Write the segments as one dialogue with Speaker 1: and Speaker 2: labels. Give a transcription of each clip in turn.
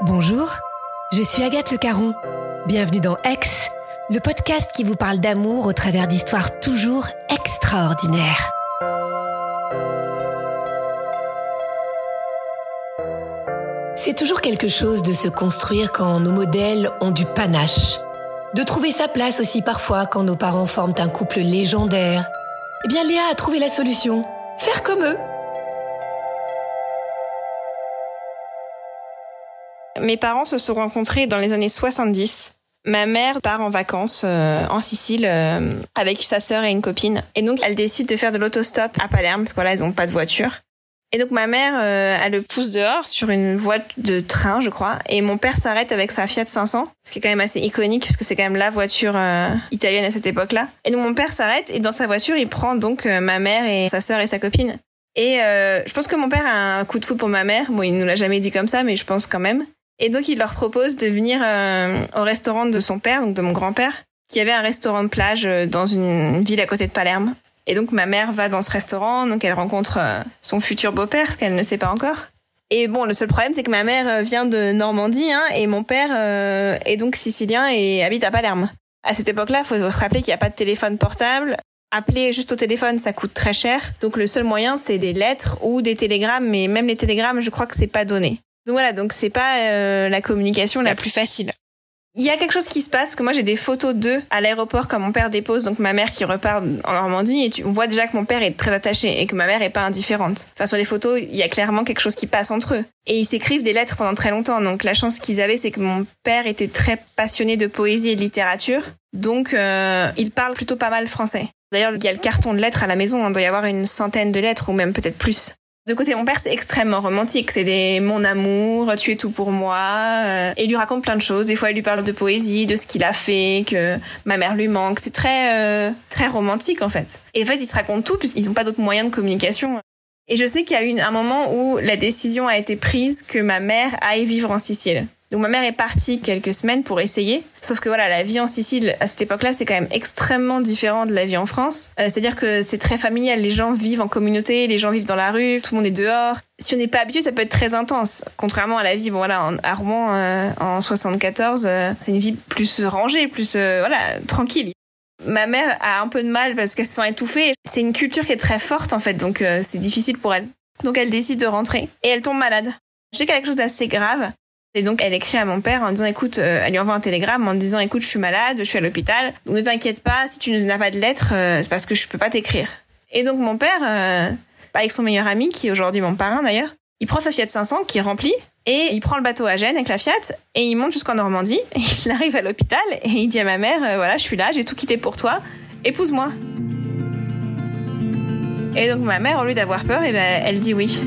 Speaker 1: Bonjour, je suis Agathe Le Caron. Bienvenue dans Aix, le podcast qui vous parle d'amour au travers d'histoires toujours extraordinaires. C'est toujours quelque chose de se construire quand nos modèles ont du panache. De trouver sa place aussi parfois quand nos parents forment un couple légendaire. Eh bien, Léa a trouvé la solution. Faire comme eux.
Speaker 2: Mes parents se sont rencontrés dans les années 70. Ma mère part en vacances en Sicile avec sa sœur et une copine. Et donc, elle décide de faire de l'autostop à Palerme parce que voilà, ils ont pas de voiture. Et donc, ma mère, elle le pousse dehors sur une voie de train, je crois. Et mon père s'arrête avec sa Fiat 500, ce qui est quand même assez iconique parce que c'est quand même la voiture italienne à cette époque-là. Et donc, mon père s'arrête et dans sa voiture, il prend donc ma mère et sa sœur et sa copine. Et je pense que mon père a un coup de foudre pour ma mère. Bon, il nous l'a jamais dit comme ça, mais je pense quand même. Et donc, il leur propose de venir au restaurant de son père, donc de mon grand-père, qui avait un restaurant de plage dans une ville à côté de Palerme. Et donc, ma mère va dans ce restaurant, donc elle rencontre son futur beau-père, ce qu'elle ne sait pas encore. Et bon, le seul problème, c'est que ma mère vient de Normandie, et mon père est donc sicilien et habite à Palerme. À cette époque-là, il faut se rappeler qu'il n'y a pas de téléphone portable. Appeler juste au téléphone, ça coûte très cher. Donc, le seul moyen, c'est des lettres ou des télégrammes, mais même les télégrammes, je crois que c'est pas donné. Donc voilà, donc c'est pas la communication la plus facile. Il y a quelque chose qui se passe, que moi j'ai des photos d'eux à l'aéroport quand mon père dépose, donc ma mère qui repart en Normandie, et on voit déjà que mon père est très attaché et que ma mère est pas indifférente. Enfin, sur les photos, il y a clairement quelque chose qui passe entre eux. Et ils s'écrivent des lettres pendant très longtemps, donc la chance qu'ils avaient, c'est que mon père était très passionné de poésie et de littérature, donc il parle plutôt pas mal français. D'ailleurs, il y a le carton de lettres à la maison, il doit y avoir une centaine de lettres, ou même peut-être plus. De côté mon père, c'est extrêmement romantique. C'est des mon amour, tu es tout pour moi. Et il lui raconte plein de choses. Des fois, il lui parle de poésie, de ce qu'il a fait, que ma mère lui manque. C'est très très romantique en fait. Et en fait, ils se racontent tout puisqu'ils n'ont pas d'autres moyens de communication. Et je sais qu'il y a eu un moment où la décision a été prise que ma mère aille vivre en Sicile. Donc ma mère est partie quelques semaines pour essayer. Sauf que voilà, la vie en Sicile, à cette époque-là, c'est quand même extrêmement différent de la vie en France. C'est-à-dire que c'est très familial. Les gens vivent en communauté, les gens vivent dans la rue, tout le monde est dehors. Si on n'est pas habitué, ça peut être très intense. Contrairement à la vie, bon voilà, à Rouen, en 74, c'est une vie plus rangée, plus tranquille. Ma mère a un peu de mal parce qu'elle se sent étouffée. C'est une culture qui est très forte en fait, donc c'est difficile pour elle. Donc elle décide de rentrer et elle tombe malade. Je sais qu'elle a quelque chose d'assez grave. Et donc, elle écrit à mon père en disant, écoute, elle lui envoie un télégramme en disant, écoute, je suis malade, je suis à l'hôpital. Donc, ne t'inquiète pas, si tu n'as pas de lettre, c'est parce que je peux pas t'écrire. Et donc, mon père, avec son meilleur ami, qui est aujourd'hui mon parrain d'ailleurs, il prend sa Fiat 500 qui est remplie et il prend le bateau à Gênes avec la Fiat et il monte jusqu'en Normandie et il arrive à l'hôpital et il dit à ma mère, voilà, je suis là, j'ai tout quitté pour toi, épouse-moi. Et donc, ma mère, au lieu d'avoir peur, elle dit oui.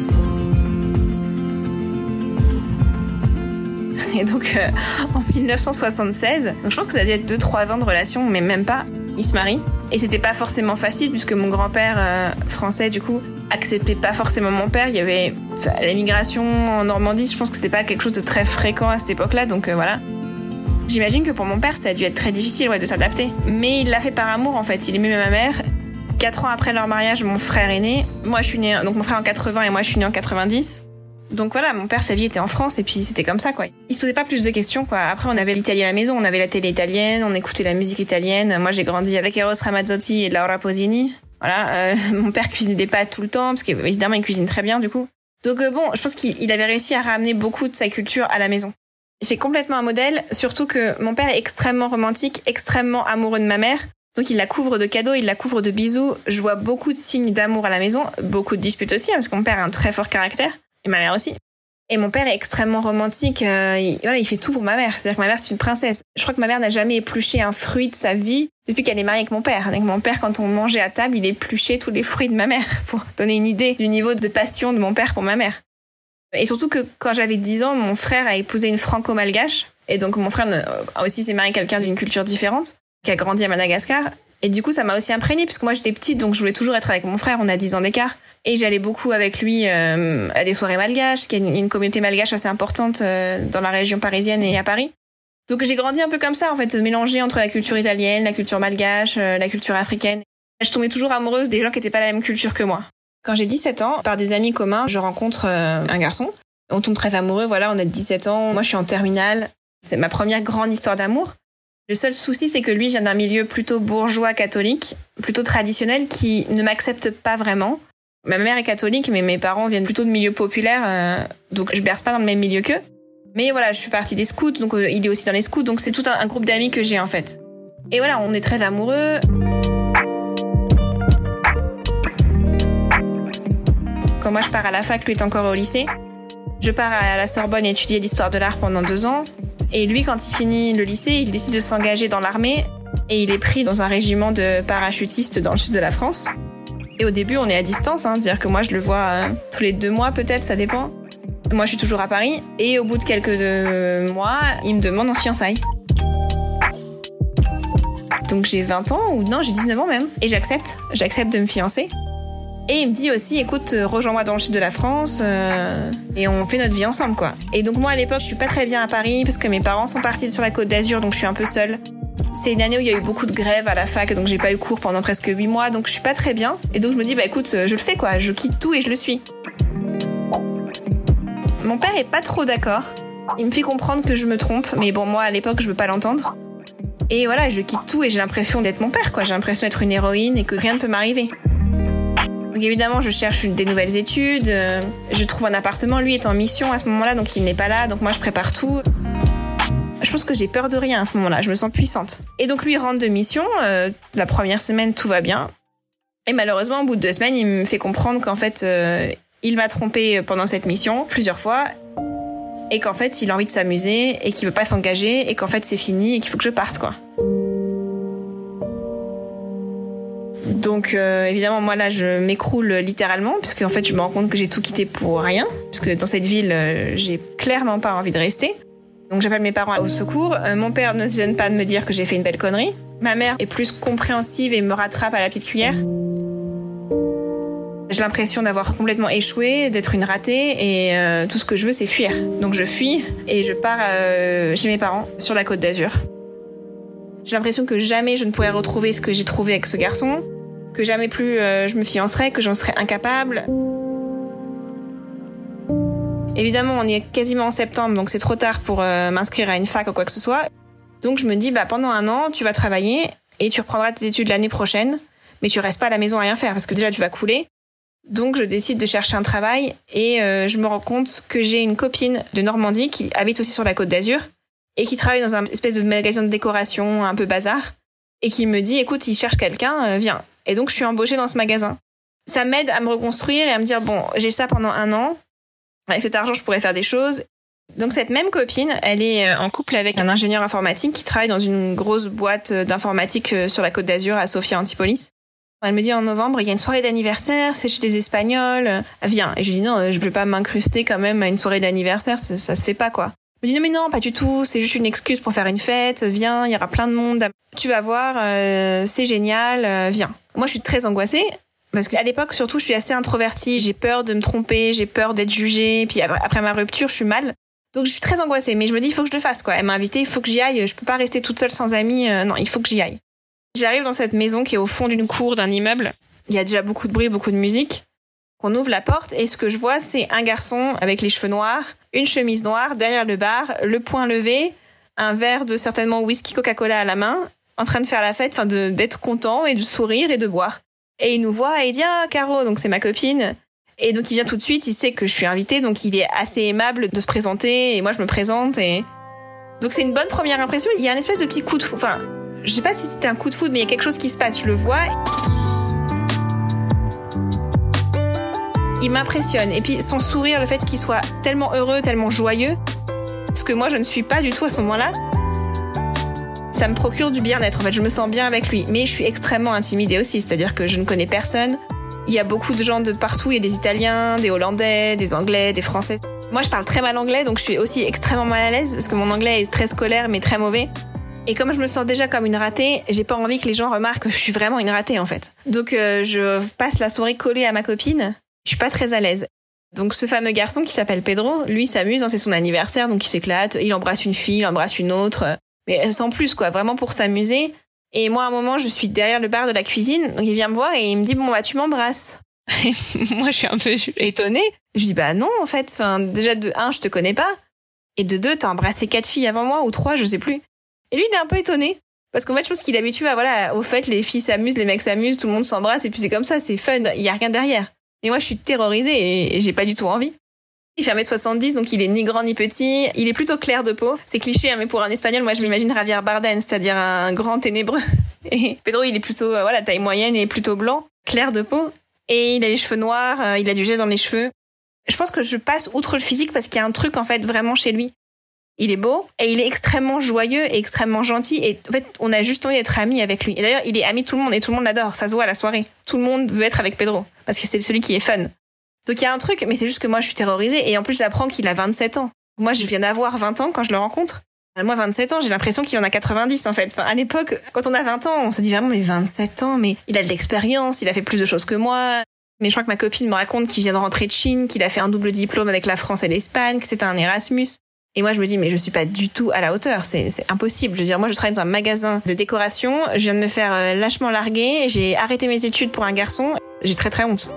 Speaker 2: Et donc, en 1976, donc je pense que ça a dû être 2-3 ans de relation, mais même pas, ils se marient. Et c'était pas forcément facile, puisque mon grand-père français, du coup, acceptait pas forcément mon père. Il y avait l'émigration en Normandie, je pense que c'était pas quelque chose de très fréquent à cette époque-là, donc voilà. J'imagine que pour mon père, ça a dû être très difficile de s'adapter. Mais il l'a fait par amour, en fait. Il aimait ma mère. 4 ans après leur mariage, mon frère est né. Moi, je suis née, donc mon frère en 80 et moi, je suis née en 90. Donc voilà, mon père, sa vie était en France et puis c'était comme ça, quoi. Il se posait pas plus de questions, quoi. Après, on avait l'Italie à la maison, on avait la télé italienne, on écoutait la musique italienne. Moi, j'ai grandi avec Eros Ramazzotti et Laura Pausini. Voilà, mon père cuisinait des pâtes tout le temps, parce qu'évidemment, il cuisine très bien, du coup. Donc bon, je pense qu'il avait réussi à ramener beaucoup de sa culture à la maison. C'est complètement un modèle, surtout que mon père est extrêmement romantique, extrêmement amoureux de ma mère. Donc il la couvre de cadeaux, il la couvre de bisous. Je vois beaucoup de signes d'amour à la maison, beaucoup de disputes aussi, parce que mon père a un très fort caractère. Et ma mère aussi. Et mon père est extrêmement romantique. Il fait tout pour ma mère. C'est-à-dire que ma mère, c'est une princesse. Je crois que ma mère n'a jamais épluché un fruit de sa vie depuis qu'elle est mariée avec mon père. Donc mon père, quand on mangeait à table, il épluchait tous les fruits de ma mère pour donner une idée du niveau de passion de mon père pour ma mère. Et surtout que quand j'avais 10 ans, mon frère a épousé une franco-malgache. Et donc mon frère aussi s'est marié quelqu'un d'une culture différente, qui a grandi à Madagascar. Et du coup, ça m'a aussi imprégnée, puisque moi, j'étais petite, donc je voulais toujours être avec mon frère. On a 10 ans d'écart. Et j'allais beaucoup avec lui à des soirées malgaches, qu'il y a une communauté malgache assez importante dans la région parisienne et à Paris. Donc j'ai grandi un peu comme ça, en fait, mélangée entre la culture italienne, la culture malgache, la culture africaine. Je tombais toujours amoureuse des gens qui n'étaient pas la même culture que moi. Quand j'ai 17 ans, par des amis communs, je rencontre un garçon. On tombe très amoureux, voilà, on a 17 ans. Moi, je suis en terminale. C'est ma première grande histoire d'amour. Le seul souci, c'est que lui vient d'un milieu plutôt bourgeois catholique, plutôt traditionnel, qui ne m'accepte pas vraiment. Ma mère est catholique, mais mes parents viennent plutôt de milieux populaires, donc je berce pas dans le même milieu qu'eux. Mais voilà, je suis partie des scouts, donc il est aussi dans les scouts, donc c'est tout un groupe d'amis que j'ai en fait. Et voilà, on est très amoureux. Quand moi je pars à la fac, lui est encore au lycée. Je pars à la Sorbonne étudier l'histoire de l'art pendant 2 ans. Et lui, quand il finit le lycée, il décide de s'engager dans l'armée. Et il est pris dans un régiment de parachutistes dans le sud de la France. Et au début, on est à distance, c'est-à-dire que moi, je le vois tous les 2 mois peut-être, ça dépend. Moi, je suis toujours à Paris. Et au bout de quelques mois, il me demande en fiançailles. Donc j'ai 20 ans, ou non, j'ai 19 ans même. Et j'accepte de me fiancer. Et il me dit aussi, écoute, rejoins-moi dans le sud de la France et on fait notre vie ensemble, quoi. Et donc moi, à l'époque, je suis pas très bien à Paris parce que mes parents sont partis sur la Côte d'Azur, donc je suis un peu seule. C'est une année où il y a eu beaucoup de grèves à la fac, donc j'ai pas eu cours pendant presque 8 mois, donc je suis pas très bien. Et donc je me dis, bah écoute, je le fais, quoi. Je quitte tout et je le suis. Mon père est pas trop d'accord. Il me fait comprendre que je me trompe, mais bon, moi, à l'époque, je veux pas l'entendre. Et voilà, je quitte tout et j'ai l'impression d'être mon père, quoi. J'ai l'impression d'être une héroïne et que rien ne peut m'arriver. Donc évidemment, je cherche des nouvelles études, je trouve un appartement, lui est en mission à ce moment-là, donc il n'est pas là, donc moi je prépare tout. Je pense que j'ai peur de rien à ce moment-là, je me sens puissante. Et donc lui rentre de mission, la première semaine tout va bien. Et malheureusement, au bout de 2 semaines, il me fait comprendre qu'en fait, il m'a trompée pendant cette mission, plusieurs fois, et qu'en fait, il a envie de s'amuser, et qu'il veut pas s'engager, et qu'en fait c'est fini, et qu'il faut que je parte, quoi. Donc évidemment, moi là, je m'écroule littéralement, puisque en fait, je me rends compte que j'ai tout quitté pour rien, puisque dans cette ville, j'ai clairement pas envie de rester. Donc j'appelle mes parents au secours. Mon père ne se gêne pas de me dire que j'ai fait une belle connerie. Ma mère est plus compréhensive et me rattrape à la petite cuillère. J'ai l'impression d'avoir complètement échoué, d'être une ratée, et tout ce que je veux, c'est fuir. Donc je fuis et je pars chez mes parents sur la Côte d'Azur. J'ai l'impression que jamais je ne pourrais retrouver ce que j'ai trouvé avec ce garçon, que jamais plus je me fiancerais, que j'en serais incapable. Évidemment, on est quasiment en septembre, donc c'est trop tard pour m'inscrire à une fac ou quoi que ce soit. Donc je me dis, pendant 1 an, tu vas travailler et tu reprendras tes études l'année prochaine, mais tu restes pas à la maison à rien faire, parce que déjà tu vas couler. Donc je décide de chercher un travail et je me rends compte que j'ai une copine de Normandie qui habite aussi sur la Côte d'Azur et qui travaille dans un espèce de magasin de décoration un peu bazar et qui me dit, écoute, il cherche quelqu'un, viens. Et donc je suis embauchée dans ce magasin. Ça m'aide à me reconstruire et à me dire, bon, j'ai ça pendant 1 an, avec cet argent je pourrais faire des choses. Donc cette même copine, elle est en couple avec un ingénieur informatique qui travaille dans une grosse boîte d'informatique sur la Côte d'Azur à Sophia Antipolis. Elle me dit, en novembre, il y a une soirée d'anniversaire, c'est chez des Espagnols, viens. Et je lui dis, non, je peux pas m'incruster quand même à une soirée d'anniversaire, ça se fait pas, quoi. Elle me dit, non, mais non, pas du tout, c'est juste une excuse pour faire une fête, viens, il y aura plein de monde, tu vas voir, c'est génial, viens. Moi, je suis très angoissée, parce qu'à l'époque, surtout, je suis assez introvertie, j'ai peur de me tromper, j'ai peur d'être jugée, puis après ma rupture, je suis mal. Donc je suis très angoissée, mais je me dis, il faut que je le fasse, quoi. Elle m'a invitée, il faut que j'y aille, je peux pas rester toute seule sans amis, non, il faut que j'y aille. J'arrive dans cette maison qui est au fond d'une cour d'un immeuble. Il y a déjà beaucoup de bruit, beaucoup de musique. On ouvre la porte et ce que je vois, c'est un garçon avec les cheveux noirs, une chemise noire, derrière le bar, le poing levé, un verre de certainement whisky Coca-Cola à la main, en train de faire la fête, d'être content et de sourire et de boire. Et il nous voit et il dit, ah, Caro, donc c'est ma copine. Et donc il vient tout de suite, il sait que je suis invitée, donc il est assez aimable de se présenter et moi je me présente et... Donc c'est une bonne première impression. Il y a un espèce de petit coup de foudre, je sais pas si c'était un coup de foudre, mais il y a quelque chose qui se passe, je le vois. Il m'impressionne. Et puis son sourire, le fait qu'il soit tellement heureux, tellement joyeux, ce que moi je ne suis pas du tout à ce moment-là, ça me procure du bien-être. En fait, je me sens bien avec lui. Mais je suis extrêmement intimidée aussi, c'est-à-dire que je ne connais personne. Il y a beaucoup de gens de partout, il y a des Italiens, des Hollandais, des Anglais, des Français. Moi, je parle très mal anglais, donc je suis aussi extrêmement mal à l'aise, parce que mon anglais est très scolaire, mais très mauvais. Et comme je me sens déjà comme une ratée, j'ai pas envie que les gens remarquent que je suis vraiment une ratée, en fait. Donc, je passe la soirée collée à ma copine. Je suis pas très à l'aise. Donc, ce fameux garçon qui s'appelle Pedro, lui, s'amuse, c'est son anniversaire, donc il s'éclate. Il embrasse une fille, il embrasse une autre. Mais sans plus, quoi. Vraiment pour s'amuser. Et moi, à un moment, je suis derrière le bar de la cuisine. Donc, il vient me voir et il me dit, bon, tu m'embrasses. Moi, je suis un peu étonnée. Je dis, bah non, en fait. Enfin, déjà, de 1, je te connais pas. Et de 2, t'as embrassé 4 filles avant moi, ou 3, je sais plus. Et lui, il est un peu étonné. Parce qu'en fait, je pense qu'il est habitué à, voilà, au fait, les filles s'amusent, les mecs s'amusent, tout le monde s'embrasse, et puis c'est comme ça, c'est fun, il y a rien derrière. Et moi, je suis terrorisée et j'ai pas du tout envie. Il fait 1m70, donc il est ni grand ni petit. Il est plutôt clair de peau. C'est cliché, hein, mais pour un Espagnol, moi, je m'imagine Javier Bardem, c'est-à-dire un grand ténébreux. Et Pedro, il est plutôt, voilà, taille moyenne et plutôt blanc, clair de peau. Et il a les cheveux noirs, il a du gel dans les cheveux. Je pense que je passe outre le physique parce qu'il y a un truc, en fait, vraiment chez lui. Il est beau et il est extrêmement joyeux et extrêmement gentil. Et en fait, on a juste envie d'être amis avec lui. Et d'ailleurs, il est ami de tout le monde et tout le monde l'adore. Ça se voit à la soirée. Tout le monde veut être avec Pedro parce que c'est celui qui est fun. Donc il y a un truc, mais c'est juste que moi, je suis terrorisée. Et en plus, j'apprends qu'il a 27 ans. Moi, je viens d'avoir 20 ans quand je le rencontre. Moi, 27 ans, j'ai l'impression qu'il en a 90, en fait. Enfin, à l'époque, quand on a 20 ans, on se dit vraiment, mais 27 ans, mais il a de l'expérience, il a fait plus de choses que moi. Mais je crois que ma copine me raconte qu'il vient de rentrer de Chine, qu'il a fait un double diplôme avec la France et l'Espagne, que c'était un Erasmus. Et moi, je me dis, mais je suis pas du tout à la hauteur. C'est impossible. Je veux dire, moi, je travaille dans un magasin de décoration. Je viens de me faire lâchement larguer. J'ai arrêté mes études pour un garçon. J'ai très, très honte.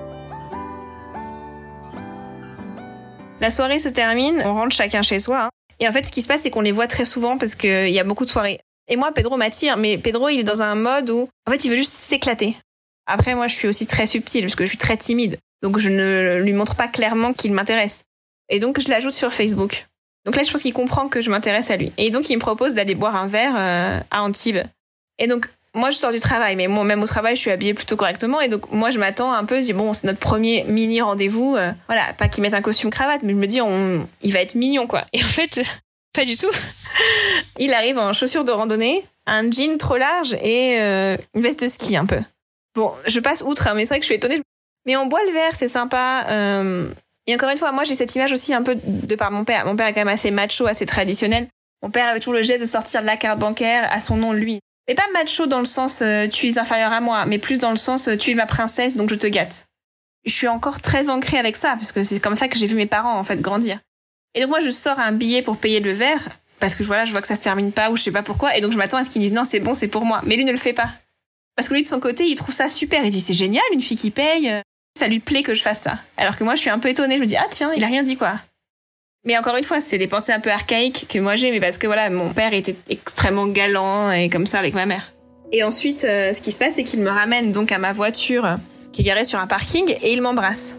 Speaker 2: La soirée se termine. On rentre chacun chez soi. Hein. Et en fait, ce qui se passe, c'est qu'on les voit très souvent parce qu'il y a beaucoup de soirées. Et moi, Pedro m'attire. Mais Pedro, il est dans un mode où, en fait, il veut juste s'éclater. Après, moi, je suis aussi très subtile parce que je suis très timide. Donc, je ne lui montre pas clairement qu'il m'intéresse. Et donc, je l'ajoute sur Facebook. Donc là, je pense qu'il comprend que je m'intéresse à lui. Et donc, il me propose d'aller boire un verre à Antibes. Et donc, moi, je sors du travail, mais moi, même au travail, je suis habillée plutôt correctement. Et donc, moi, je m'attends un peu, je dis, bon, c'est notre premier mini rendez-vous. Voilà, pas qu'il mette un costume cravate, mais je me dis, il va être mignon, quoi. Et en fait, pas du tout. Il arrive en chaussures de randonnée, un jean trop large et une veste de ski, un peu. Bon, je passe outre, hein, mais c'est vrai que je suis étonnée. Mais on boit le verre, c'est sympa. Et encore une fois, moi, j'ai cette image aussi un peu de par mon père. Mon père est quand même assez macho, assez traditionnel. Mon père avait toujours le geste de sortir de la carte bancaire à son nom, lui. Mais pas macho dans le sens tu es inférieur à moi, mais plus dans le sens tu es ma princesse, donc je te gâte. Je suis encore très ancrée avec ça, parce que c'est comme ça que j'ai vu mes parents, en fait, grandir. Et donc moi, je sors un billet pour payer le verre, parce que voilà, je vois que ça se termine pas, ou je sais pas pourquoi, et donc je m'attends à ce qu'ils me disent non, c'est bon, c'est pour moi. Mais lui ne le fait pas. Parce que lui, de son côté, il trouve ça super. Il dit c'est génial, une fille qui paye. Ça lui plaît que je fasse ça. Alors que moi, je suis un peu étonnée. Je me dis, ah tiens, il a rien dit, quoi. Mais encore une fois, c'est des pensées un peu archaïques que moi j'ai, mais parce que voilà, mon père était extrêmement galant et comme ça avec ma mère. Et ensuite, ce qui se passe, c'est qu'il me ramène donc à ma voiture qui est garée sur un parking et il m'embrasse.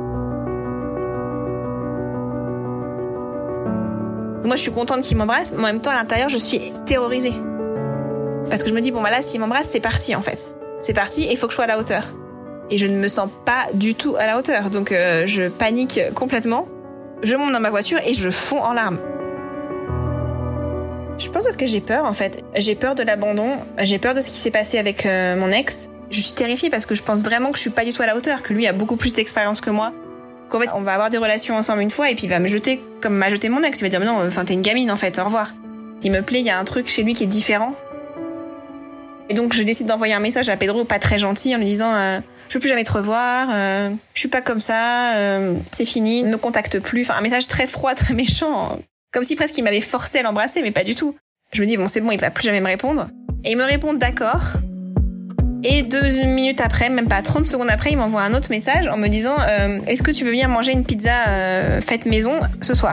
Speaker 2: Donc moi, je suis contente qu'il m'embrasse, mais en même temps, à l'intérieur, je suis terrorisée. Parce que je me dis, bon, bah là, s'il m'embrasse, c'est parti, en fait. C'est parti et il faut que je sois à la hauteur. Et je ne me sens pas du tout à la hauteur. Donc je panique complètement. Je monte dans ma voiture et je fonds en larmes. Je pense parce que j'ai peur, en fait. J'ai peur de l'abandon. J'ai peur de ce qui s'est passé avec mon ex. Je suis terrifiée parce que je pense vraiment que je suis pas du tout à la hauteur, que lui a beaucoup plus d'expérience que moi. Qu'en fait, on va avoir des relations ensemble une fois et puis il va me jeter comme m'a jeté mon ex. Il va dire, mais non, enfin, t'es une gamine, en fait, au revoir. Il me plaît, il y a un truc chez lui qui est différent. Et donc, je décide d'envoyer un message à Pedro, pas très gentil, en lui disant je veux plus jamais te revoir, je suis pas comme ça, c'est fini, ne me contacte plus. Enfin, un message très froid, très méchant. Comme si presque il m'avait forcé à l'embrasser, mais pas du tout. Je me dis, bon, c'est bon, il va plus jamais me répondre. Et il me répond d'accord. Et 2 minutes après, même pas 30 secondes après, il m'envoie un autre message en me disant est-ce que tu veux venir manger une pizza faite maison ce soir ?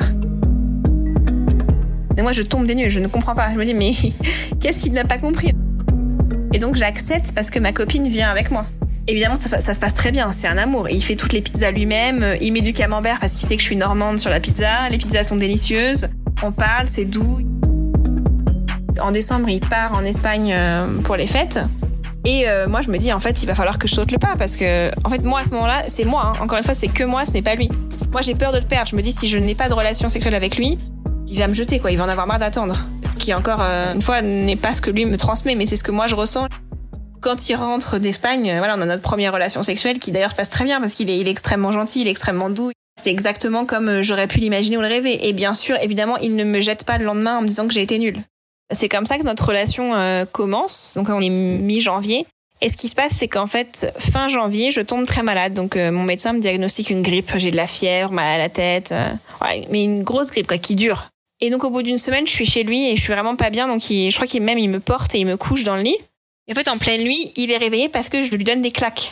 Speaker 2: Et moi, je tombe des nues, je ne comprends pas. Je me dis, mais qu'est-ce qu'il n'a pas compris ? Et donc j'accepte parce que ma copine vient avec moi. Évidemment, ça se passe très bien, c'est un amour. Il fait toutes les pizzas lui-même, il met du camembert parce qu'il sait que je suis normande sur la pizza. Les pizzas sont délicieuses, on parle, c'est doux. En décembre, il part en Espagne pour les fêtes. Et moi, je me dis, en fait, il va falloir que je saute le pas parce que, en fait, moi, à ce moment-là, c'est moi. Hein. Encore une fois, c'est que moi, ce n'est pas lui. Moi, j'ai peur de le perdre. Je me dis, si je n'ai pas de relation sexuelle avec lui, il va me jeter, quoi. Il va en avoir marre d'attendre. Ce qui, encore une fois, n'est pas ce que lui me transmet, mais c'est ce que moi, je ressens. Quand il rentre d'Espagne, voilà, on a notre première relation sexuelle qui, d'ailleurs, se passe très bien parce qu'il est extrêmement gentil, il est extrêmement doux. C'est exactement comme j'aurais pu l'imaginer ou le rêver. Et bien sûr, évidemment, il ne me jette pas le lendemain en me disant que j'ai été nulle. C'est comme ça que notre relation commence. Donc, on est mi-janvier. Et ce qui se passe, c'est qu'en fait, fin janvier, je tombe très malade. Donc, mon médecin me diagnostique une grippe. J'ai de la fièvre, mal à la tête. Ouais, mais une grosse grippe, quoi, qui dure. Et donc, au bout d'une semaine, je suis chez lui et je suis vraiment pas bien. Donc, je crois qu'il me porte et il me couche dans le lit. Et en fait, en pleine nuit, il est réveillé parce que je lui donne des claques.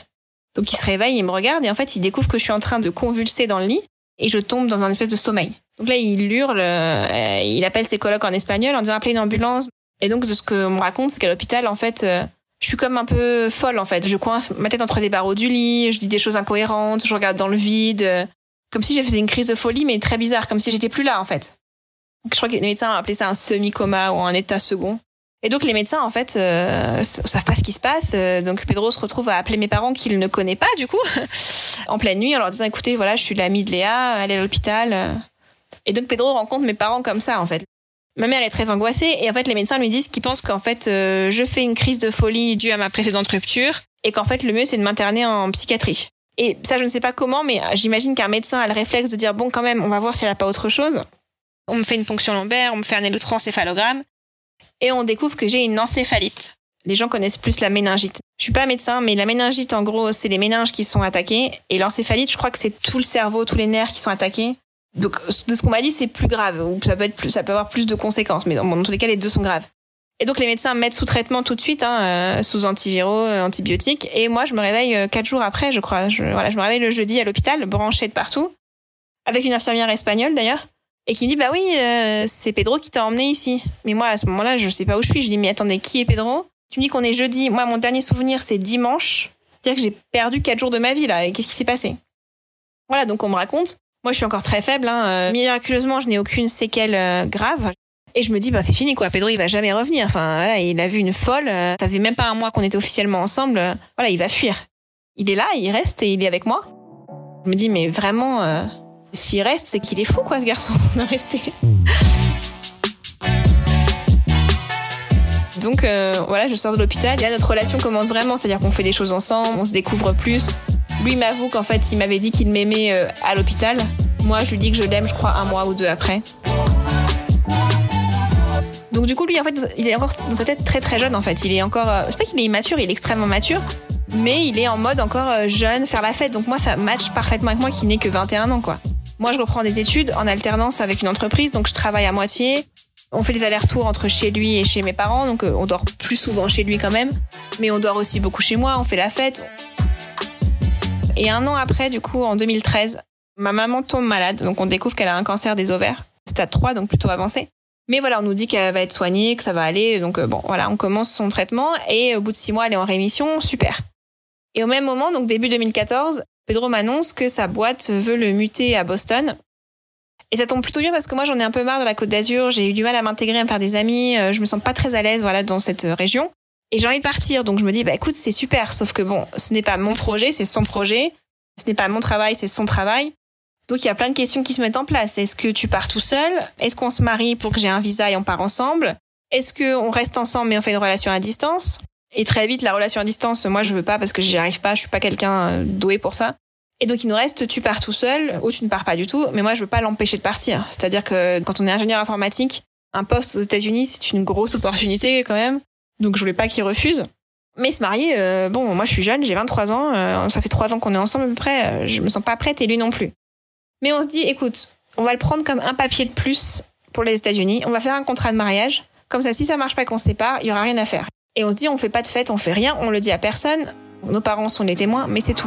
Speaker 2: Donc il se réveille, il me regarde et en fait il découvre que je suis en train de convulser dans le lit et je tombe dans un espèce de sommeil. Donc là il hurle, il appelle ses colocs en espagnol en disant appelez une ambulance. Et donc de ce qu'on me raconte, c'est qu'à l'hôpital en fait je suis comme un peu folle en fait. Je coince ma tête entre les barreaux du lit, je dis des choses incohérentes, je regarde dans le vide, comme si je faisais une crise de folie mais très bizarre, comme si j'étais plus là en fait. Donc, je crois que les médecins ont appelé ça un semi-coma ou un état second. Et donc les médecins en fait savent pas ce qui se passe. Donc Pedro se retrouve à appeler mes parents qu'il ne connaît pas du coup en pleine nuit en leur disant écoutez voilà je suis l'amie de Léa, elle est à l'hôpital. Et donc Pedro rencontre mes parents comme ça en fait. Ma mère est très angoissée et en fait les médecins lui disent qu'ils pensent qu'en fait je fais une crise de folie due à ma précédente rupture et qu'en fait le mieux c'est de m'interner en psychiatrie. Et ça je ne sais pas comment mais j'imagine qu'un médecin a le réflexe de dire bon quand même on va voir si elle a pas autre chose. On me fait une ponction lombaire, on me fait un électroencéphalogramme. Et on découvre que j'ai une encéphalite. Les gens connaissent plus la méningite. Je suis pas médecin, mais la méningite, en gros, c'est les méninges qui sont attaqués. Et l'encéphalite, je crois que c'est tout le cerveau, tous les nerfs qui sont attaqués. Donc, de ce qu'on m'a dit, c'est plus grave. Ou ça peut avoir plus de conséquences. Mais dans tous les cas, les deux sont graves. Et donc, les médecins me mettent sous traitement tout de suite, sous antiviraux, antibiotiques. Et moi, je me réveille 4 jours après, je crois. Je me réveille le jeudi à l'hôpital, branchée de partout. Avec une infirmière espagnole, d'ailleurs. Et qui me dit, bah oui, c'est Pedro qui t'a emmené ici. Mais moi, à ce moment-là, je sais pas où je suis. Je dis, mais attendez, qui est Pedro? Tu me dis qu'on est jeudi. Moi, mon dernier souvenir, c'est dimanche. C'est-à-dire que j'ai perdu 4 jours de ma vie, là. Et qu'est-ce qui s'est passé? Voilà, donc on me raconte. Moi, je suis encore très faible, miraculeusement, je n'ai aucune séquelle grave. Et je me dis, bah c'est fini, quoi. Pedro, il va jamais revenir. Enfin, voilà, il a vu une folle. Ça fait même pas un mois qu'on était officiellement ensemble. Voilà, il va fuir. Il est là, il reste et il est avec moi. Je me dis, mais vraiment... s'il reste, c'est qu'il est fou, quoi, ce garçon, de rester. Donc, voilà, je sors de l'hôpital. Et là, notre relation commence vraiment. C'est-à-dire qu'on fait des choses ensemble, on se découvre plus. Lui m'avoue qu'en fait, il m'avait dit qu'il m'aimait à l'hôpital. Moi, je lui dis que je l'aime, je crois, 1 mois ou 2 après. Donc, du coup, lui, en fait, il est encore dans sa tête très, très jeune, en fait. Il est encore... je sais pas qu'il est immature, il est extrêmement mature. Mais il est en mode encore jeune, faire la fête. Donc, moi, ça match parfaitement avec moi qui n'ai que 21 ans, quoi. Moi, je reprends des études en alternance avec une entreprise, donc je travaille à moitié. On fait des allers-retours entre chez lui et chez mes parents, donc on dort plus souvent chez lui quand même. Mais on dort aussi beaucoup chez moi, on fait la fête. Et 1 an après, du coup, en 2013, ma maman tombe malade, donc on découvre qu'elle a un cancer des ovaires, stade 3, donc plutôt avancé. Mais voilà, on nous dit qu'elle va être soignée, que ça va aller, donc bon, voilà, on commence son traitement et au bout de 6 mois, elle est en rémission, super. Et au même moment, donc début 2014, Pedro m'annonce que sa boîte veut le muter à Boston. Et ça tombe plutôt bien parce que moi, j'en ai un peu marre de la Côte d'Azur. J'ai eu du mal à m'intégrer, à me faire des amis. Je me sens pas très à l'aise, voilà, dans cette région. Et j'ai envie de partir. Donc, je me dis, bah, écoute, c'est super. Sauf que bon, ce n'est pas mon projet, c'est son projet. Ce n'est pas mon travail, c'est son travail. Donc, il y a plein de questions qui se mettent en place. Est-ce que tu pars tout seul? Est-ce qu'on se marie pour que j'ai un visa et on part ensemble? Est-ce qu'on reste ensemble mais on fait une relation à distance? Et très vite, la relation à distance, moi, je veux pas parce que j'y arrive pas. Je suis pas quelqu'un doué pour ça. Et donc, il nous reste, tu pars tout seul ou tu ne pars pas du tout. Mais moi, je veux pas l'empêcher de partir. C'est-à-dire que quand on est ingénieur informatique, un poste aux États-Unis, c'est une grosse opportunité quand même. Donc, je voulais pas qu'il refuse. Mais se marier, bon, moi, je suis jeune, j'ai 23 ans. Ça fait 3 ans qu'on est ensemble à peu près. Je me sens pas prête et lui non plus. Mais on se dit, écoute, on va le prendre comme un papier de plus pour les États-Unis. On va faire un contrat de mariage. Comme ça, si ça marche pas et qu'on se sépare, il y aura rien à faire. Et on se dit, on fait pas de fête, on fait rien, on le dit à personne. Nos parents sont les témoins, mais c'est tout.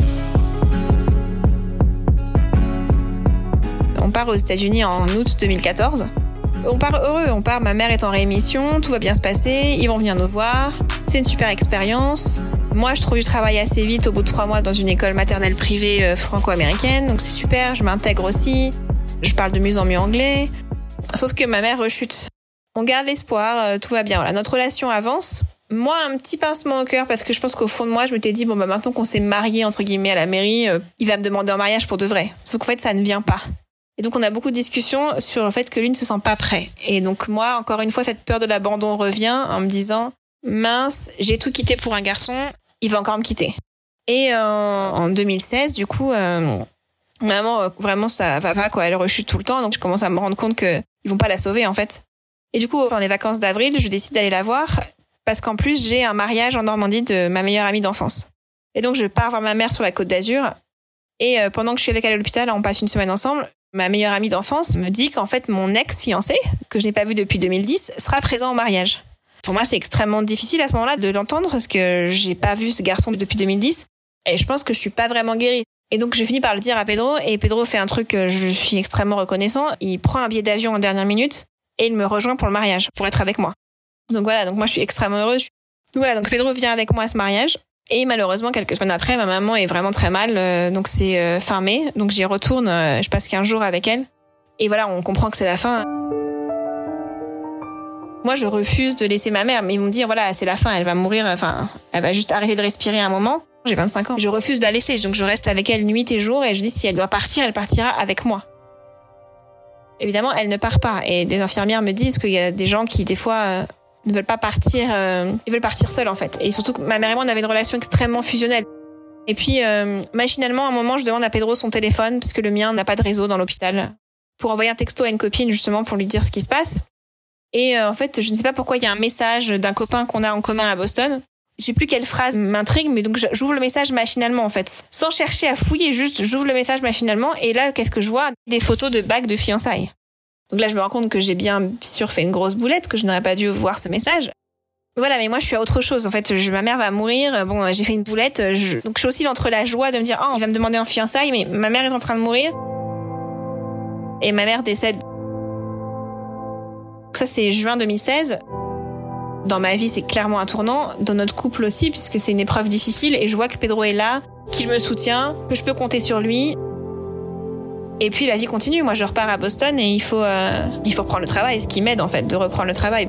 Speaker 2: On part aux États-Unis en août 2014. On part heureux, ma mère est en rémission, tout va bien se passer, ils vont venir nous voir. C'est une super expérience. Moi, je trouve du travail assez vite au bout de 3 mois dans une école maternelle privée franco-américaine, donc c'est super, je m'intègre aussi. Je parle de mieux en mieux anglais. Sauf que ma mère rechute. On garde l'espoir, tout va bien. Voilà, notre relation avance. Moi, un petit pincement au cœur parce que je pense qu'au fond de moi, je m'étais dit, bon, bah, maintenant qu'on s'est mariés, entre guillemets, à la mairie, il va me demander en mariage pour de vrai. Sauf qu'en fait, ça ne vient pas. Et donc, on a beaucoup de discussions sur le fait que lui ne se sent pas prêt. Et donc, moi, encore une fois, cette peur de l'abandon revient en me disant, mince, j'ai tout quitté pour un garçon, il va encore me quitter. Et en 2016, du coup, maman, vraiment, ça va pas, quoi. Elle rechute tout le temps. Donc, je commence à me rendre compte qu'ils vont pas la sauver, en fait. Et du coup, pendant les vacances d'avril, je décide d'aller la voir parce qu'en plus, j'ai un mariage en Normandie de ma meilleure amie d'enfance. Et donc, je pars voir ma mère sur la Côte d'Azur. Et pendant que je suis avec elle à l'hôpital, on passe une semaine ensemble. Ma meilleure amie d'enfance me dit qu'en fait, mon ex-fiancé, que je n'ai pas vu depuis 2010, sera présent au mariage. Pour moi, c'est extrêmement difficile à ce moment-là de l'entendre parce que j'ai pas vu ce garçon depuis 2010. Et je pense que je suis pas vraiment guérie. Et donc, je finis par le dire à Pedro, et Pedro fait un truc que je suis extrêmement reconnaissant. Il prend un billet d'avion en dernière minute, et il me rejoint pour le mariage, pour être avec moi. Donc voilà, donc moi, je suis extrêmement heureuse. Donc voilà, donc Pedro vient avec moi à ce mariage. Et malheureusement, quelques semaines après, ma maman est vraiment très mal. Donc c'est fin mai, donc j'y retourne, je passe 15 jours avec elle. Et voilà, on comprend que c'est la fin. Moi, je refuse de laisser ma mère, mais ils vont me dire, voilà, c'est la fin, elle va mourir, elle va juste arrêter de respirer un moment. J'ai 25 ans. Je refuse de la laisser, donc je reste avec elle nuit et jour, et je dis, si elle doit partir, elle partira avec moi. Évidemment, elle ne part pas. Et des infirmières me disent qu'il y a des gens qui, des fois, ne veulent pas partir, ils veulent partir seuls, en fait. Et surtout que ma mère et moi, on avait une relation extrêmement fusionnelle. Et puis, machinalement, à un moment, je demande à Pedro son téléphone, parce que le mien n'a pas de réseau dans l'hôpital, pour envoyer un texto à une copine, justement, pour lui dire ce qui se passe. Et en fait, je ne sais pas pourquoi il y a un message d'un copain qu'on a en commun à Boston. Je sais plus quelle phrase m'intrigue, mais donc j'ouvre le message machinalement, en fait. Sans chercher à fouiller, juste j'ouvre le message machinalement. Et là, qu'est-ce que je vois? Des photos de bagues de fiançailles. Donc là, je me rends compte que j'ai bien sûr fait une grosse boulette, que je n'aurais pas dû voir ce message. Voilà, mais moi, je suis à autre chose. En fait, ma mère va mourir. Bon, j'ai fait une boulette. Donc je suis aussi entre la joie de me dire, oh, il va me demander en fiançailles, mais ma mère est en train de mourir. Et ma mère décède. Ça, c'est juin 2016. Dans ma vie, c'est clairement un tournant. Dans notre couple aussi, puisque c'est une épreuve difficile. Et je vois que Pedro est là, qu'il me soutient, que je peux compter sur lui. Et puis, la vie continue. Moi, je repars à Boston et il faut reprendre le travail. Ce qui m'aide, en fait, de reprendre le travail.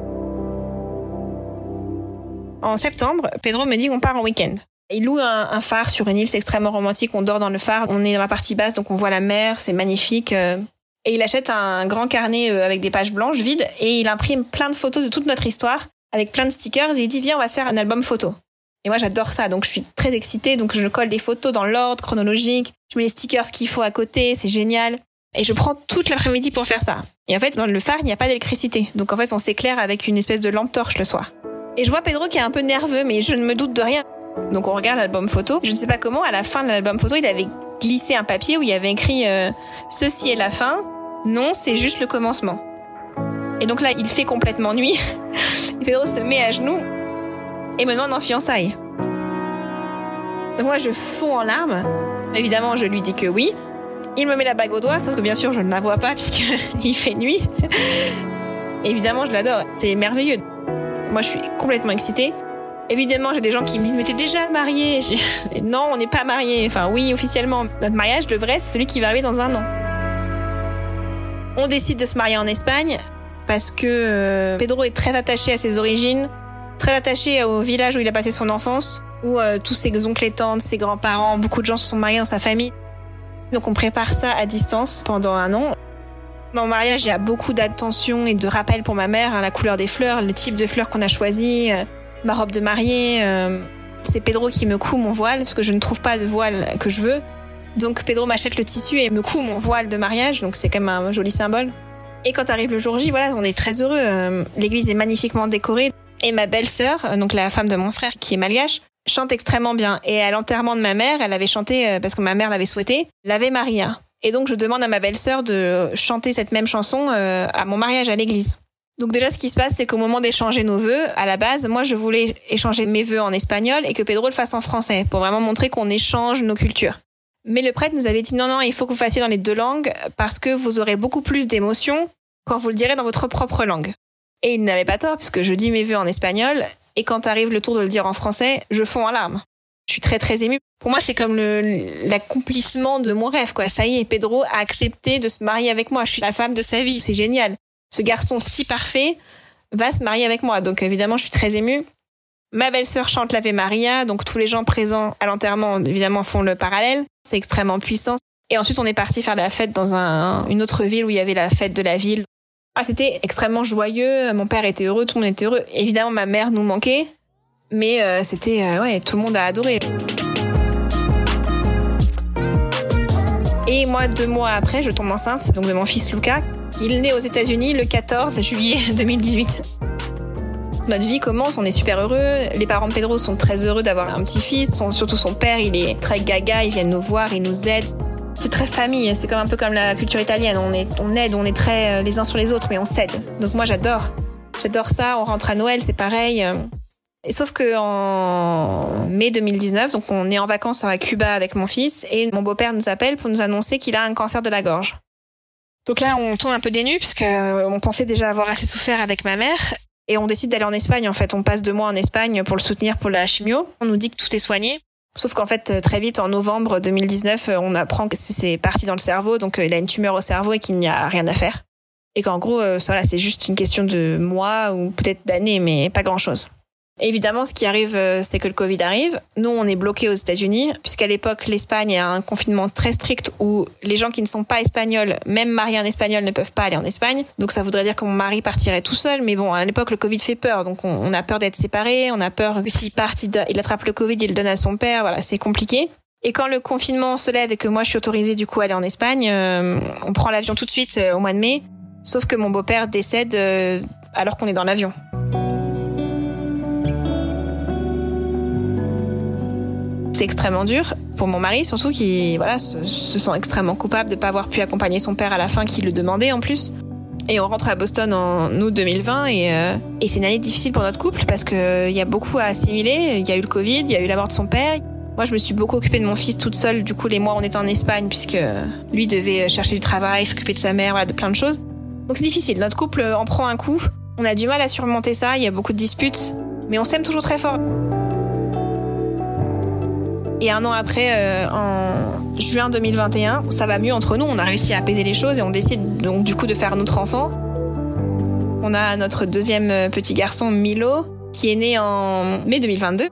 Speaker 2: En septembre, Pedro me dit qu'on part en week-end. Il loue un phare sur une île, c'est extrêmement romantique. On dort dans le phare. On est dans la partie basse, donc on voit la mer. C'est magnifique. Et il achète un grand carnet avec des pages blanches vides et il imprime plein de photos de toute notre histoire avec plein de stickers et il dit, viens, on va se faire un album photo. Et moi, j'adore ça, donc je suis très excitée, donc je colle des photos dans l'ordre chronologique, je mets les stickers qu'il faut à côté, c'est génial. Et je prends toute l'après-midi pour faire ça. Et en fait, dans le phare, il n'y a pas d'électricité, donc en fait, on s'éclaire avec une espèce de lampe torche le soir. Et je vois Pedro qui est un peu nerveux, mais je ne me doute de rien. Donc on regarde l'album photo. Je ne sais pas comment, à la fin de l'album photo, il avait glissé un papier où il y avait écrit « Ceci est la fin ». Non, c'est juste le commencement. Et donc là, il fait complètement nuit. Et Pedro se met à genoux et me demande en fiançailles. Donc moi, je fonds en larmes. Évidemment, je lui dis que oui. Il me met la bague au doigt, sauf que bien sûr, je ne la vois pas puisqu'il fait nuit. Évidemment, je l'adore. C'est merveilleux. Moi, je suis complètement excitée. Évidemment, j'ai des gens qui me disent « Mais t'es déjà mariée ?» Non, on n'est pas mariés. Enfin, oui, officiellement. Notre mariage, le vrai, c'est celui qui va arriver dans 1 an. On décide de se marier en Espagne parce que Pedro est très attaché à ses origines, très attaché au village où il a passé son enfance, où tous ses oncles et tantes, ses grands-parents, beaucoup de gens se sont mariés dans sa famille. Donc on prépare ça à distance pendant 1 an. Dans le mariage, il y a beaucoup d'attention et de rappels pour ma mère, la couleur des fleurs, le type de fleurs qu'on a choisi, ma robe de mariée. C'est Pedro qui me coud mon voile parce que je ne trouve pas le voile que je veux. Donc Pedro m'achète le tissu et me coud mon voile de mariage, donc c'est quand même un joli symbole. Et quand arrive le jour J, voilà, on est très heureux. L'église est magnifiquement décorée. Et ma belle-sœur, donc la femme de mon frère qui est malgache, chante extrêmement bien. Et à l'enterrement de ma mère, elle avait chanté, parce que ma mère l'avait souhaité, l'Ave Maria. Et donc je demande à ma belle-sœur de chanter cette même chanson à mon mariage à l'église. Donc déjà, ce qui se passe, c'est qu'au moment d'échanger nos vœux, à la base, moi je voulais échanger mes vœux en espagnol et que Pedro le fasse en français, pour vraiment montrer qu'on échange nos cultures. Mais le prêtre nous avait dit non, il faut que vous fassiez dans les 2 langues parce que vous aurez beaucoup plus d'émotions quand vous le direz dans votre propre langue. Et il n'avait pas tort puisque je dis mes vœux en espagnol et quand arrive le tour de le dire en français, je fonds en larmes. Je suis très très émue. Pour moi, c'est comme l'accomplissement de mon rêve, quoi. Ça y est, Pedro a accepté de se marier avec moi. Je suis la femme de sa vie, c'est génial. Ce garçon si parfait va se marier avec moi. Donc évidemment, je suis très émue. Ma belle-sœur chante l'Ave Maria, donc tous les gens présents à l'enterrement, évidemment, font le parallèle. C'est extrêmement puissant. Et ensuite, on est parti faire la fête dans une autre ville où il y avait la fête de la ville. C'était extrêmement joyeux. Mon père était heureux, tout le monde était heureux. Évidemment, ma mère nous manquait. Mais c'était, tout le monde a adoré. Et moi, 2 mois après, je tombe enceinte, donc de mon fils Luca. Il naît aux États-Unis le 14 juillet 2018. Notre vie commence, on est super heureux. Les parents de Pedro sont très heureux d'avoir un petit-fils. Surtout son père, il est très gaga, il vient nous voir, il nous aide. C'est très famille, c'est un peu comme la culture italienne. On aide, on est très les uns sur les autres, mais on s'aide. Donc moi, j'adore ça. On rentre à Noël, c'est pareil. Sauf que en mai 2019, donc on est en vacances à Cuba avec mon fils et mon beau-père nous appelle pour nous annoncer qu'il a un cancer de la gorge. Donc là, on tombe un peu des nues puisque on pensait déjà avoir assez souffert avec ma mère et on décide d'aller en Espagne. En fait, on passe 2 mois en Espagne pour le soutenir pour la chimio. On nous dit que tout est soigné. Sauf qu'en fait, très vite, en novembre 2019, on apprend que c'est parti dans le cerveau, donc il a une tumeur au cerveau et qu'il n'y a rien à faire. Et qu'en gros, voilà, c'est juste une question de mois ou peut-être d'années, mais pas grand-chose. Évidemment, ce qui arrive, c'est que le Covid arrive. Nous, on est bloqués aux États-Unis, puisqu'à l'époque, l'Espagne a un confinement très strict où les gens qui ne sont pas espagnols, même mariés en espagnol, ne peuvent pas aller en Espagne. Donc ça voudrait dire que mon mari partirait tout seul. Mais bon, à l'époque, le Covid fait peur. Donc on a peur d'être séparés. On a peur que s'il part, il attrape le Covid, il le donne à son père. Voilà, c'est compliqué. Et quand le confinement se lève et que moi, je suis autorisée du coup à aller en Espagne, on prend l'avion tout de suite au mois de mai. Sauf que mon beau-père décède alors qu'on est dans l'avion. C'est extrêmement dur pour mon mari, surtout qui se sent extrêmement coupable de ne pas avoir pu accompagner son père à la fin, qui le demandait en plus. Et on rentre à Boston en août 2020 et c'est une année difficile pour notre couple parce que il y a beaucoup à assimiler. Il y a eu le Covid, il y a eu la mort de son père. Moi, je me suis beaucoup occupée de mon fils toute seule. Du coup, les mois, on était en Espagne puisque lui devait chercher du travail, s'occuper de sa mère, voilà, de plein de choses. Donc c'est difficile. Notre couple en prend un coup. On a du mal à surmonter ça. Il y a beaucoup de disputes, mais on s'aime toujours très fort. Et 1 an après, en juin 2021, ça va mieux entre nous. On a réussi à apaiser les choses et on décide donc du coup de faire notre enfant. On a notre 2e petit garçon, Milo, qui est né en mai 2022.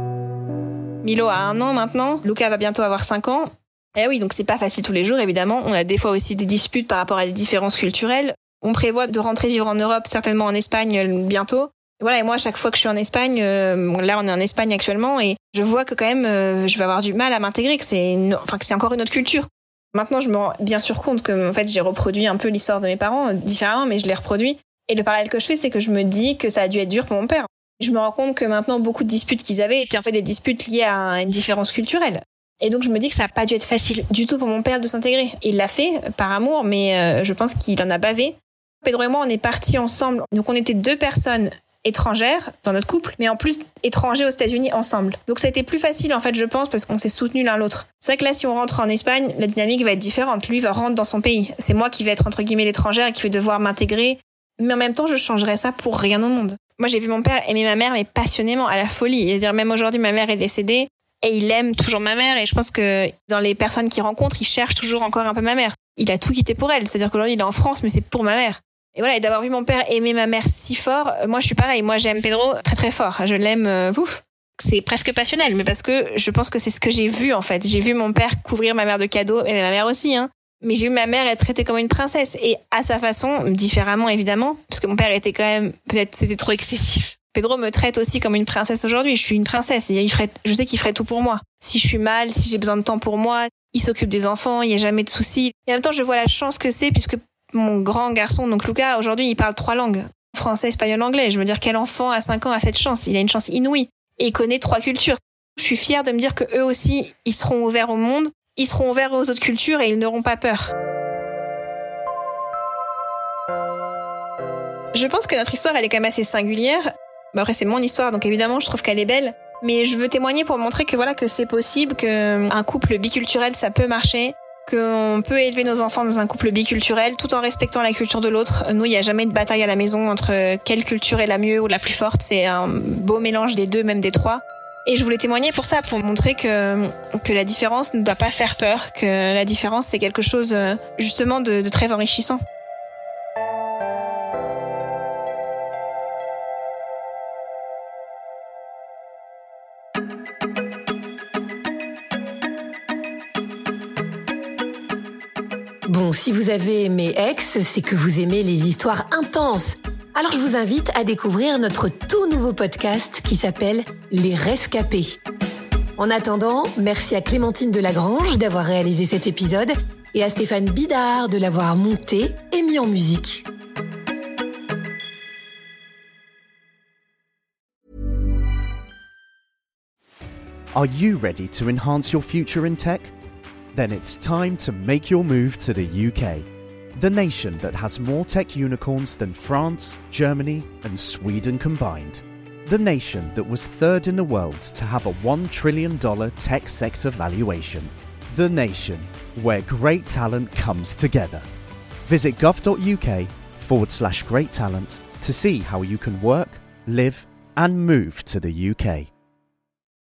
Speaker 2: Milo a 1 an maintenant. Luca va bientôt avoir 5 ans. Et oui, donc c'est pas facile tous les jours, évidemment. On a des fois aussi des disputes par rapport à des différences culturelles. On prévoit de rentrer vivre en Europe, certainement en Espagne bientôt. Voilà, et moi, à chaque fois que je suis en Espagne, là, on est en Espagne actuellement, et je vois que quand même, je vais avoir du mal à m'intégrer, que c'est encore une autre culture. Maintenant, je me rends bien sûr compte que, en fait, j'ai reproduit un peu l'histoire de mes parents différemment, mais je l'ai reproduit. Et le parallèle que je fais, c'est que je me dis que ça a dû être dur pour mon père. Je me rends compte que maintenant, beaucoup de disputes qu'ils avaient étaient en fait des disputes liées à une différence culturelle. Et donc, je me dis que ça a pas dû être facile du tout pour mon père de s'intégrer. Il l'a fait par amour, mais je pense qu'il en a bavé. Pedro et moi, on est partis ensemble. Donc, on était 2 personnes étrangères dans notre couple, mais en plus étrangers aux États-Unis ensemble. Donc ça a été plus facile en fait, je pense, parce qu'on s'est soutenus l'un l'autre. C'est vrai que là, si on rentre en Espagne, la dynamique va être différente. Lui va rentrer dans son pays. C'est moi qui vais être entre guillemets l'étrangère et qui vais devoir m'intégrer. Mais en même temps, je changerais ça pour rien au monde. Moi, j'ai vu mon père aimer ma mère, mais passionnément, à la folie. C'est-à-dire même aujourd'hui, ma mère est décédée et il aime toujours ma mère. Et je pense que dans les personnes qu'il rencontre, il cherche toujours encore un peu ma mère. Il a tout quitté pour elle. C'est-à-dire qu'aujourd'hui, il est en France, mais c'est pour ma mère. Et voilà, et d'avoir vu mon père aimer ma mère si fort, moi je suis pareil, moi j'aime Pedro très très fort, je l'aime, c'est presque passionnel, mais parce que je pense que c'est ce que j'ai vu en fait. J'ai vu mon père couvrir ma mère de cadeaux, et ma mère aussi, mais j'ai vu ma mère être traitée comme une princesse, et à sa façon, différemment évidemment, parce que mon père était quand même, peut-être c'était trop excessif. Pedro me traite aussi comme une princesse aujourd'hui, je suis une princesse, et je sais qu'il ferait tout pour moi. Si je suis mal, si j'ai besoin de temps pour moi, il s'occupe des enfants, il n'y a jamais de soucis. Et en même temps, je vois la chance que c'est, puisque mon grand garçon, donc Luca, aujourd'hui, il parle 3 langues. Français, espagnol, anglais. Je veux dire, quel enfant à 5 ans a cette chance? Il a une chance inouïe. Et il connaît 3 cultures. Je suis fière de me dire que eux aussi, ils seront ouverts au monde, ils seront ouverts aux autres cultures et ils n'auront pas peur. Je pense que notre histoire, elle est quand même assez singulière. Après, c'est mon histoire, donc évidemment, je trouve qu'elle est belle. Mais je veux témoigner pour montrer que voilà, que c'est possible, qu'un couple biculturel, ça peut marcher. Qu'on peut élever nos enfants dans un couple biculturel tout en respectant la culture de l'autre. Nous, il n'y a jamais de bataille à la maison entre quelle culture est la mieux ou la plus forte. C'est un beau mélange des 2, même des 3. Et je voulais témoigner pour ça, pour montrer que la différence ne doit pas faire peur, que la différence, c'est quelque chose justement de très enrichissant.
Speaker 1: Bon, si vous avez aimé Ex, c'est que vous aimez les histoires intenses. Alors je vous invite à découvrir notre tout nouveau podcast qui s'appelle Les Rescapés. En attendant, merci à Clémentine Delagrange d'avoir réalisé cet épisode et à Stéphane Bidard de l'avoir monté et mis en musique.
Speaker 3: Are you ready to enhance your future in tech? Then it's time to make your move to the UK, the nation that has more tech unicorns than France, Germany, and Sweden combined. the nation that was third in the world to have a $1 trillion tech sector valuation. The nation where great talent comes together. Visit gov.uk/great talent to see how you can work, live, and move to the UK.